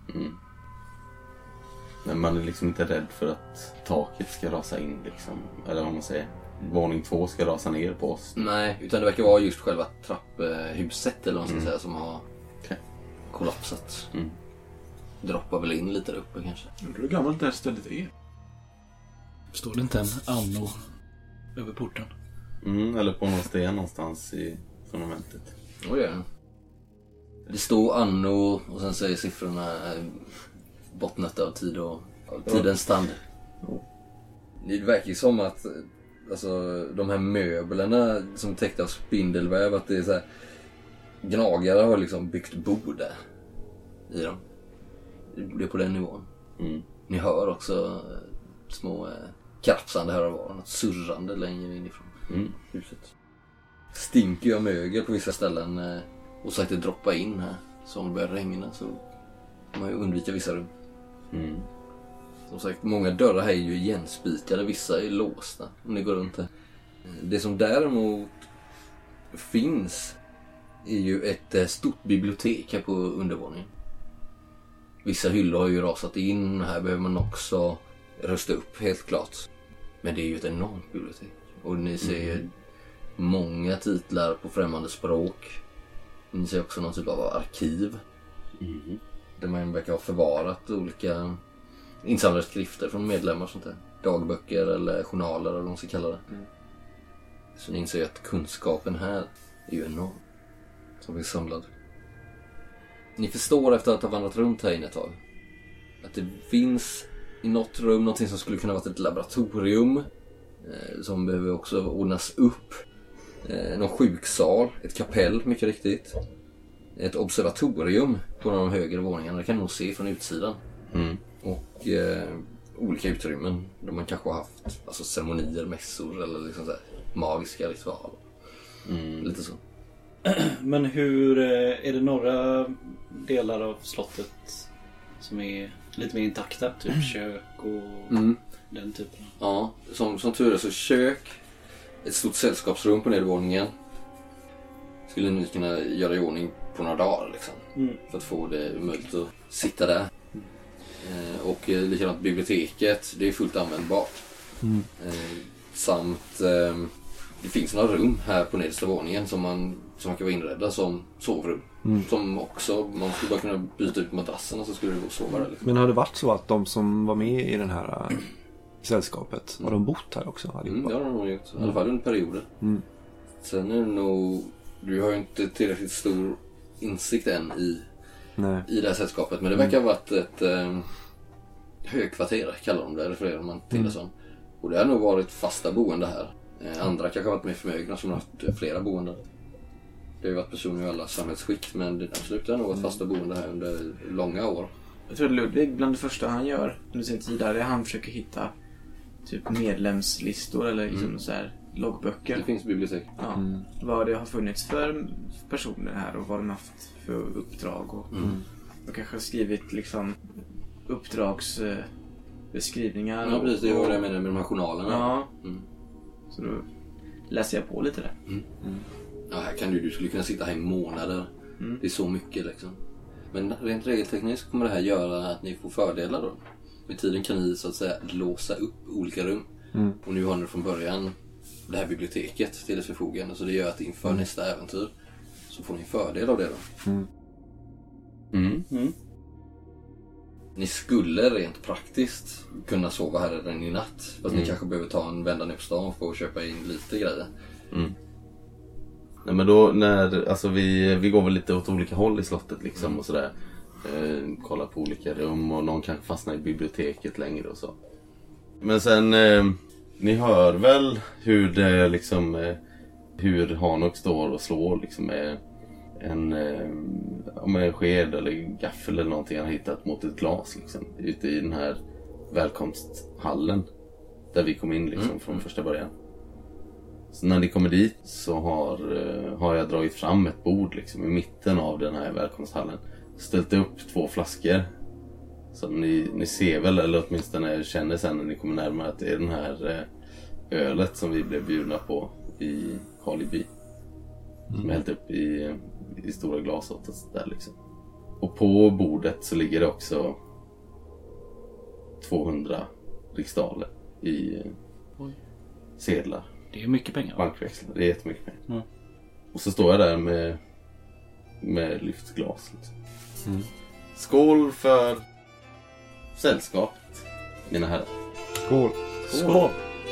Speaker 5: Men man är liksom inte rädd för att taket ska rasa in liksom. Eller vad man säger. Våning 2 ska rasa ner på oss.
Speaker 9: Nej, utan det verkar vara just själva trapphuset eller vad man ska säga, som har kollapsat. Droppar väl in lite där uppe kanske.
Speaker 6: Hur gammalt det här stället är?
Speaker 8: Står det inte en anno över porten?
Speaker 5: Eller på någon sten någonstans i fundamentet.
Speaker 9: Oj, ja. Det står anno och sen säger siffrorna bottnat av tid och av tidens stand. Det verkar ju som att alltså, de här möblerna som är täckta av spindelväv, att det är så här, gnagare har liksom byggt bo där i dem. Det är på den nivån. Ni hör också små krafsande här och var, något surrande längre inifrån huset. Stinker av mögel på vissa ställen och så att det droppar in här. Så om det börjar regna så kan man ju undvika vissa rum. Som sagt, många dörrar här är ju igenspikade, vissa är låsta om ni går runt här. Det som däremot finns är ju ett stort bibliotek här på undervåningen. Vissa hyllor har ju rasat in, här behöver man också rösta upp helt klart. Men det är ju ett enormt bibliotek. Och ni ser många titlar på främmande språk. Ni ser också någon typ av arkiv. Där man verkar ha förvarat olika insamlade skrifter från medlemmar och sånt där. Dagböcker eller journaler eller vad man ska kalla det. Så ni inser att kunskapen här är ju enorm. Som är samlad. Ni förstår efter att ha vandrat runt här inne ett tag att det finns i något rum någonting som skulle kunna vara ett laboratorium som behöver också ordnas upp. Någon sjuksal, ett kapell mycket riktigt. Ett observatorium på någon av de högre våningarna. Det kan nog se från utsidan. Och olika utrymmen där man kanske har haft alltså, ceremonier, mässor eller liksom så här, magiska ritualer. Lite så.
Speaker 2: Men hur är det några delar av slottet som är lite mer intakta? Typ kök och den typen?
Speaker 9: Ja, som tur är så kök, ett stort sällskapsrum på nedervåningen. Skulle ni kunna göra i ordning på några dagar liksom. För att få det möjligt att sitta där. Och likadant biblioteket, det är fullt användbart. Samt det finns några rum här på nedersta våningen som kan vara inredda som sovrum. Som också, man skulle bara kunna byta ut madrasserna så skulle det gå att sova där. Liksom.
Speaker 3: Men har det varit så att de som var med i den här sällskapet, har de bott här också?
Speaker 9: Det har de nog gjort, i alla fall under perioder. Sen är det nog, du har ju inte tillräckligt stor insikt än i det här sällskapet. Men det verkar ha varit ett högkvarter kallar de det, refererar man till det som. Och det har nog varit fasta boende här. Andra kanske har varit mer förmögna som har haft flera boenden. Det har ju varit personer i alla samhällsskikt, men det absolut har nog varit fasta boende här under långa år.
Speaker 4: Jag tror att Ludvig, bland det första han gör under sin tid där, är han försöker hitta typ medlemslistor eller liksom så här loggböcker.
Speaker 9: Det finns bibliotek.
Speaker 4: Ja, vad det har funnits för personer här och vad de har haft för uppdrag och kanske har skrivit liksom uppdragsbeskrivningar.
Speaker 9: Ja, precis. Det var det jag menar med de här journalerna.
Speaker 4: Ja. Så då läser jag på lite där.
Speaker 9: Ja, här kan du skulle kunna sitta här i månader. Det är så mycket liksom. Men rent regeltekniskt kommer det här göra att ni får fördelar då. Med tiden kan ni så att säga låsa upp olika rum. Och nu har ni från början det här biblioteket till dess förfogande. Så det gör att inför nästa äventyr så får ni en fördel av det då. Ni skulle rent praktiskt kunna sova här redan i natt. Fast ni kanske behöver ta en vända ner på stan och köpa in lite grejer.
Speaker 5: Nej, men då alltså vi går väl lite åt olika håll i slottet liksom och sådär. Kollar på olika rum och någon kanske fastnar i biblioteket längre och så. Men sen ni hör väl hur det liksom hur Hanok står och slår liksom med en sked eller gaffel eller någonting han har hittat mot ett glas liksom ute i den här välkomsthallen där vi kom in liksom från första början. Så när ni kommer dit så har jag dragit fram ett bord liksom i mitten av den här välkomsthallen. Ställt upp 2 flaskor. Så ni ser väl, eller åtminstone känner sen när ni kommer närmare att det är den här ölet som vi blev bjudna på i Karliby. Som är helt upp i stora glas åt oss där liksom. Och på bordet så ligger det också 200 riksdaler i sedlar.
Speaker 8: Det är mycket pengar.
Speaker 5: Bankväxlar, det är jättemycket pengar. Och så står jag där med lyft glas liksom. Skål för sällskapet, mina herrar.
Speaker 3: Skål.
Speaker 8: Skål.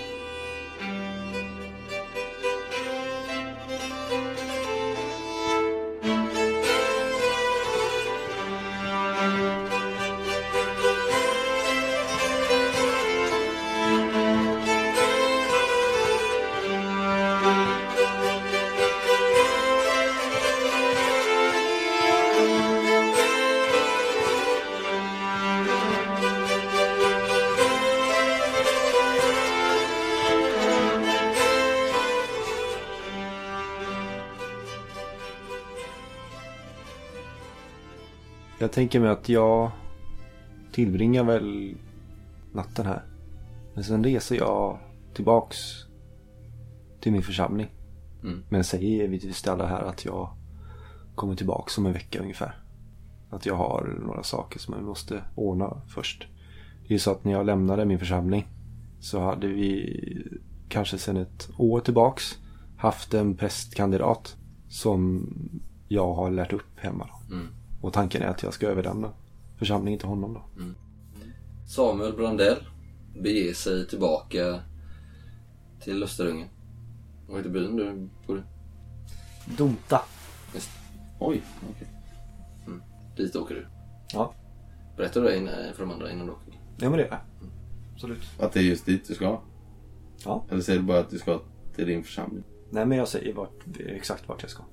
Speaker 3: Jag tänker mig att jag tillbringar väl natten här. Men sen reser jag tillbaks till min församling. Men säger vi till alla här att jag kommer tillbaks om en vecka ungefär. Att jag har några saker som jag måste ordna först. Det är så att när jag lämnade min församling så hade vi kanske sedan ett år tillbaks haft en prästkandidat som jag har lärt upp hemma då. Och tanken är att jag ska överlämna församlingen till honom då.
Speaker 9: Samuel Brandell beger sig tillbaka till Österungen. Vad heter byn du bor i?
Speaker 3: Domta.
Speaker 9: Just. Oj, okej. Dit åker du?
Speaker 3: Ja.
Speaker 9: Berättar du det för de andra innan du åker?
Speaker 3: Ja, men det är det. Absolut.
Speaker 5: Att det är just dit du ska?
Speaker 3: Ja.
Speaker 5: Eller säger du bara att du ska till din församling?
Speaker 3: Nej, men jag säger exakt vart jag ska.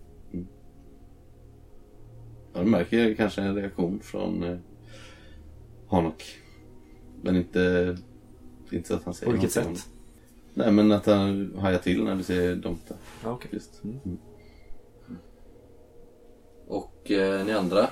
Speaker 5: Ja, du märker kanske en reaktion från Hanok. Men inte så att han säger.
Speaker 3: På vilket
Speaker 5: sätt?
Speaker 3: sätt?
Speaker 5: Nej, men att han hajar till när du säger Domta.
Speaker 3: Ja, okej.
Speaker 5: Just.
Speaker 9: Och ni andra?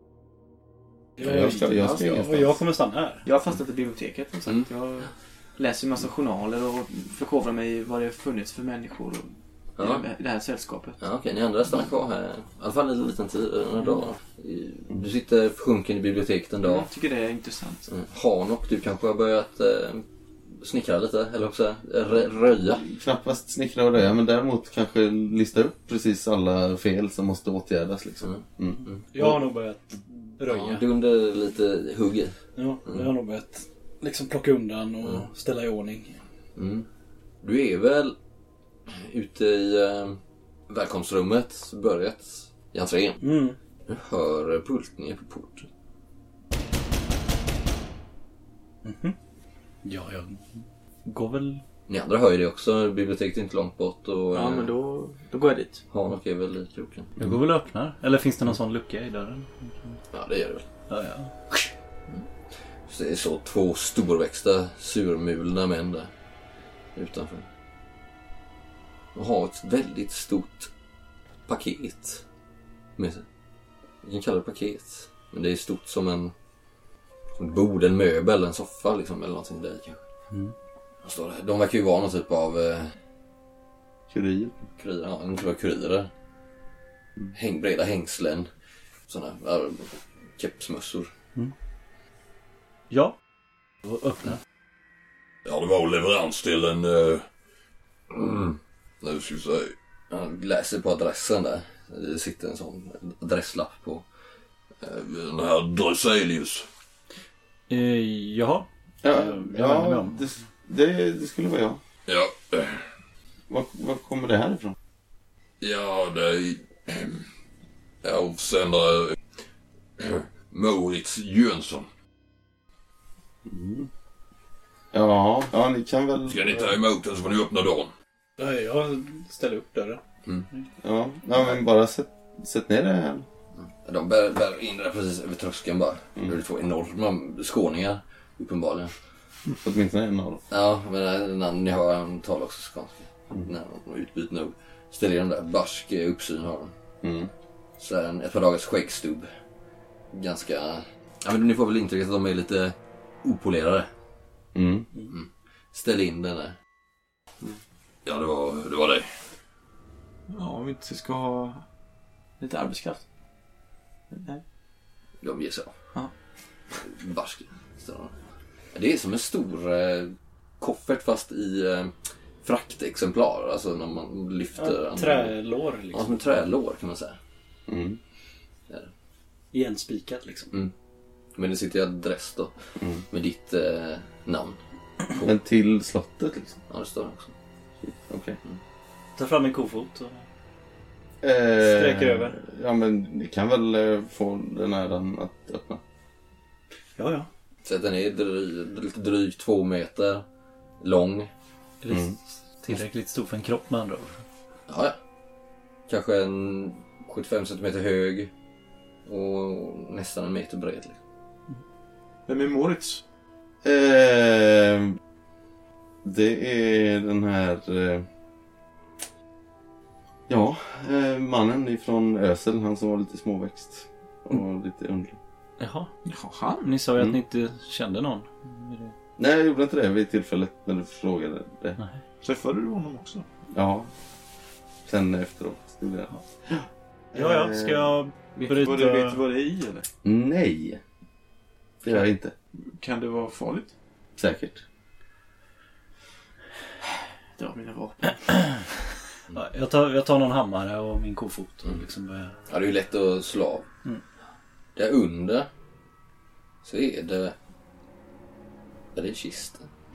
Speaker 2: Jag kommer stanna här.
Speaker 4: Jag har fastnat i biblioteket som sagt. Jag läser en massa journaler och förkovrar mig i vad det har funnits för människor i det här sällskapet.
Speaker 9: Ja, okej, ni andra stannar kvar här. I alla fall en liten tid, några dagar. Du sitter sjunken i biblioteket en dag.
Speaker 4: Jag tycker det är intressant.
Speaker 9: Hanok, du kanske har börjat snickra lite, eller också röja.
Speaker 5: Knappast snickra och röja, men däremot kanske lista upp precis alla fel som måste åtgärdas liksom.
Speaker 2: Jag har nog börjat röja.
Speaker 9: Ja, du under lite hugg i.
Speaker 2: Ja, jag har nog börjat liksom plocka undan och ställa i ordning.
Speaker 9: Du är väl ute i välkomstrummet, börjat i entrén. Du hör pultningar på porten.
Speaker 8: Ja, jag går väl...
Speaker 9: Ni andra hör ju det också, biblioteket är inte långt bort. Och,
Speaker 4: ja, men då går jag dit.
Speaker 9: Hanok är väl i kroken.
Speaker 8: Jag går väl och öppnar. Eller finns det någon sån lucka i dörren?
Speaker 9: Ja, det gör det väl.
Speaker 8: Ja.
Speaker 9: Så det är så 2 storväxta, surmulna män där utanför. Och har ett väldigt stort paket med sig. Vi kan kalla det paket. Men det är stort som en bord, en möbel, en soffa liksom, eller någonting där kanske. Står där. De verkar ju vara någon typ av
Speaker 5: Kurir.
Speaker 9: Ja, de typ av kurirer. Breda hängslen. Sådana kepsmössor.
Speaker 8: Ja. Och öppna.
Speaker 10: Ja, det var leverans till en
Speaker 1: Nu ska vi se.
Speaker 9: Han läser på adressen där. Det sitter en sån adresslapp på.
Speaker 1: Den här Druselius.
Speaker 8: Jaha.
Speaker 5: Ja, det skulle vara jag.
Speaker 1: Ja.
Speaker 5: Var kommer det här ifrån?
Speaker 1: Ja, det är avsändare Moritz Jönsson.
Speaker 5: Ja, ni kan väl...
Speaker 1: Ska ni ta emot den så får ni öppna dörren.
Speaker 2: Nej, jag ställer upp dörren.
Speaker 5: Ja, men bara sätt ner det här.
Speaker 9: De bär in det precis över tröskeln bara. Det är 2 enorma skåningar, uppenbarligen.
Speaker 5: Åtminstone en av dem.
Speaker 9: Ja, men ni har en tal också skånska. Nej, utbyt nog. Ställer den där barsk uppsyn har de. Så ett par dagars skäggstubb. Ganska... Ja, men ni får väl intrycket att de är lite opolerade. Ställ in den där.
Speaker 1: Ja, det var det.
Speaker 6: Ja, om vi inte ska ha lite arbetskraft. Nej.
Speaker 9: De ger sig av.
Speaker 6: Ja.
Speaker 9: Barsk. Det är som en stor koffert fast i fraktexemplar. Alltså när man lyfter...
Speaker 2: Ja, trälår liksom.
Speaker 9: Ja, som en trälår kan man säga.
Speaker 2: Igenspikat liksom.
Speaker 9: Men det sitter ju adress då. Med ditt namn.
Speaker 5: Men till slottet liksom?
Speaker 9: Ja, det står det också.
Speaker 5: Okej.
Speaker 2: Ta fram en kofot och sträcker över.
Speaker 5: Ja, men ni kan väl få den här att öppna.
Speaker 2: Ja.
Speaker 9: Så att den är lite drygt 2 meter lång.
Speaker 8: Är det tillräckligt stor för en kropp med andra ord?
Speaker 9: Ja. Kanske en 75 centimeter hög. Och nästan 1 meter bred. Liksom.
Speaker 6: Vem är Moritz?
Speaker 5: Det är den här... mannen ifrån Ösel. Han som var lite småväxt. Och lite underlig.
Speaker 8: Jaha. Ni sa ju att ni inte kände någon.
Speaker 5: Nej, jag gjorde inte det vid tillfället när du frågade det.
Speaker 8: Nej.
Speaker 6: Träffade du honom också?
Speaker 5: Ja. Sen efteråt.
Speaker 8: Ja, ska jag bryta...
Speaker 6: Vet du vad det är i eller?
Speaker 5: Nej. Det gör jag inte.
Speaker 6: Kan det vara farligt?
Speaker 5: Säkert.
Speaker 6: Ja, mina vapen.
Speaker 8: Jag tar någon hammare och min kofot och liksom börjar...
Speaker 9: Ja, det är ju lätt att slå av. Där under så är det en kista.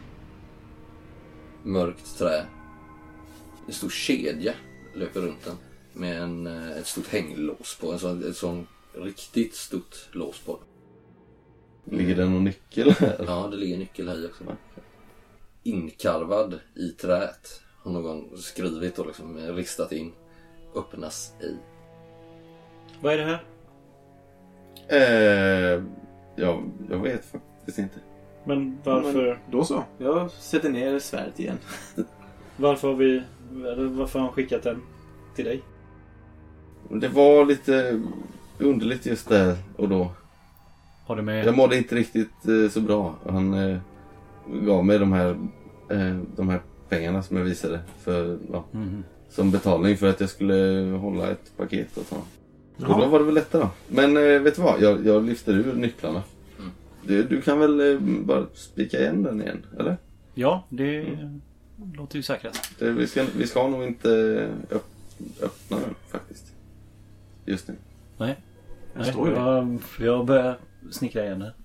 Speaker 9: Mörkt trä. En stor kedja löper runt den med ett stort hänglås på. Ett sån riktigt stort lås på.
Speaker 5: Ligger det någon nyckel här?
Speaker 9: Ja, det ligger en nyckel här också. Inkarvad i träet. Har någon skrivit och liksom ristat in. Öppnas i.
Speaker 2: Vad är det här?
Speaker 5: Jag vet faktiskt inte.
Speaker 2: Men varför...
Speaker 6: Men, då så.
Speaker 4: Jag sätter ner svärdet igen.
Speaker 2: Varför har han skickat den till dig?
Speaker 5: Det var lite underligt just där och då.
Speaker 8: Har du med...
Speaker 5: Jag mådde inte riktigt så bra. Han gav mig de här pengarna som jag visade för, som betalning för att jag skulle hålla ett paket och så. Och då var det väl lättare då. Men vet du vad? Jag lyfter ur nycklarna. Du kan väl bara spika igen den igen, eller?
Speaker 8: Ja, det låter ju säkrast.
Speaker 5: Vi ska nog inte öppna den faktiskt. Just nu.
Speaker 8: Nej.
Speaker 6: Nej,
Speaker 8: jag börjar snickra igen det.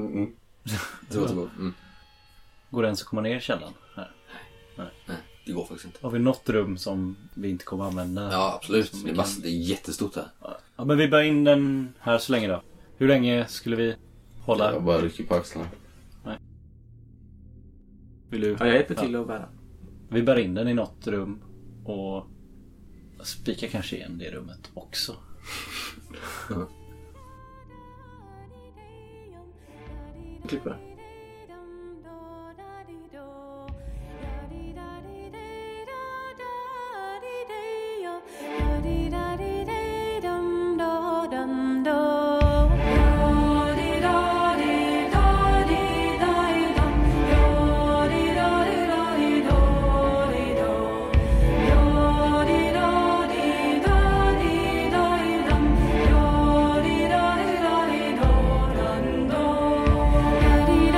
Speaker 8: Går det ens att komma ner i källaren? Här?
Speaker 9: Nej, det går faktiskt inte.
Speaker 8: Har vi något rum som vi inte kommer använda?
Speaker 9: Ja, absolut. Det är jättestort här.
Speaker 8: Ja, men vi bär in den här så länge då. Hur länge skulle vi hålla?
Speaker 5: Jag bara rycker på axlarna.
Speaker 8: Nej. Vill du?
Speaker 4: Ja, jag hjälper till att bära.
Speaker 8: Vi bär in den i något rum och spikar kanske igen det rummet också.
Speaker 4: Klipper.
Speaker 7: Da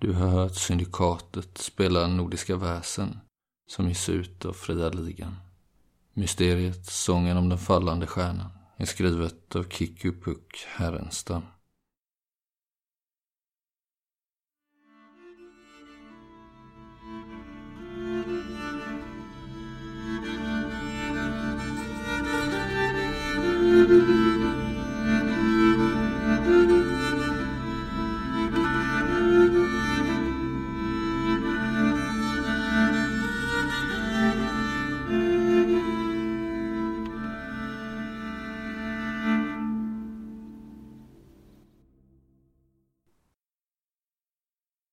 Speaker 1: Du har hört syndikatet spela Nordiska väsen som ges ut av Fria Ligan. Mysteriet Sången om den fallande stjärnan är skrivet av Kiku Puck Härenstam.